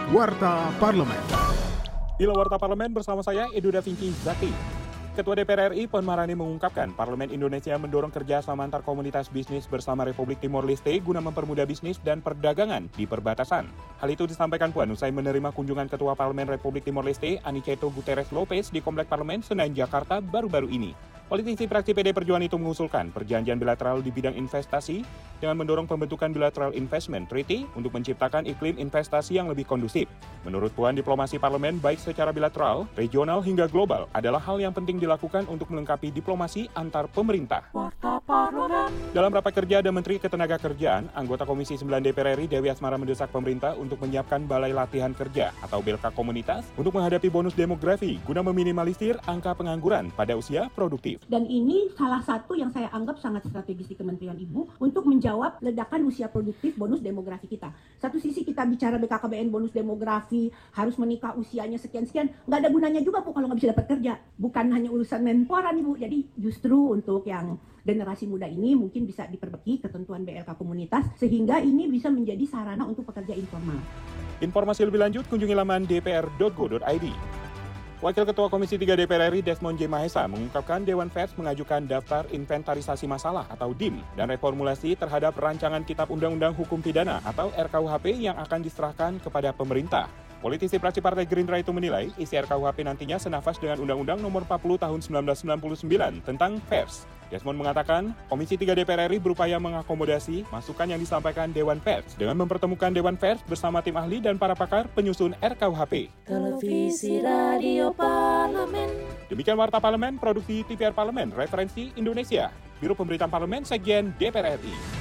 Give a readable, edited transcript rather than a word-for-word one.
Warta Parlemen. Inilah Warta Parlemen bersama saya, Edo Da Vinci Zaki. Ketua DPR RI, Puan Maharani mengungkapkan Parlemen Indonesia mendorong kerjasama antar komunitas bisnis bersama Republik Timor Leste guna mempermudah bisnis dan perdagangan di perbatasan. Hal itu disampaikan Puan usai menerima kunjungan Ketua Parlemen Republik Timor Leste, Aniceto Guterres Lopez di Komplek Parlemen Senayan, Jakarta baru-baru ini. Politisi fraksi PD Perjuangan itu mengusulkan perjanjian bilateral di bidang investasi dengan mendorong pembentukan Bilateral Investment Treaty untuk menciptakan iklim investasi yang lebih kondusif. Menurut Puan, diplomasi parlemen baik secara bilateral, regional hingga global adalah hal yang penting dilakukan untuk melengkapi diplomasi antar pemerintah. Dalam rapat kerja ada Menteri Ketenagakerjaan, anggota Komisi 9 DPR RI Dewi Asmara mendesak pemerintah untuk menyiapkan Balai Latihan Kerja atau BLK Komunitas untuk menghadapi bonus demografi guna meminimalisir angka pengangguran pada usia produktif. Dan ini salah satu yang saya anggap sangat strategis di Kementerian Ibu untuk menjawab ledakan usia produktif bonus demografi kita. Satu sisi kita bicara BKKBN bonus demografi, harus menikah usianya sekian-sekian, nggak ada gunanya juga Bu kalau nggak bisa dapat kerja. Bukan hanya urusan Menpora nih Bu, jadi justru untuk yang generasi muda ini mungkin bisa diperbaiki ketentuan BLK Komunitas sehingga ini bisa menjadi sarana untuk pekerja informal. Informasi lebih lanjut kunjungi laman dpr.go.id. Wakil Ketua Komisi 3 DPR RI Desmond J. Mahesa mengungkapkan Dewan Pers mengajukan daftar inventarisasi masalah atau DIM dan reformulasi terhadap rancangan Kitab Undang-Undang Hukum Pidana atau RKUHP yang akan diserahkan kepada pemerintah. Politisi fraksi Partai Gerindra itu menilai isi RKUHP nantinya senafas dengan Undang-Undang Nomor 40 Tahun 1999 tentang pers. Desmond mengatakan, Komisi 3 DPR RI berupaya mengakomodasi masukan yang disampaikan Dewan Pers dengan mempertemukan Dewan Pers bersama tim ahli dan para pakar penyusun RKUHP. Televisi Radio Parlemen. Demikian Warta Parlemen, produksi TVR Parlemen, Referensi Indonesia, Biro Pemberitaan Parlemen, Sekjen DPR RI.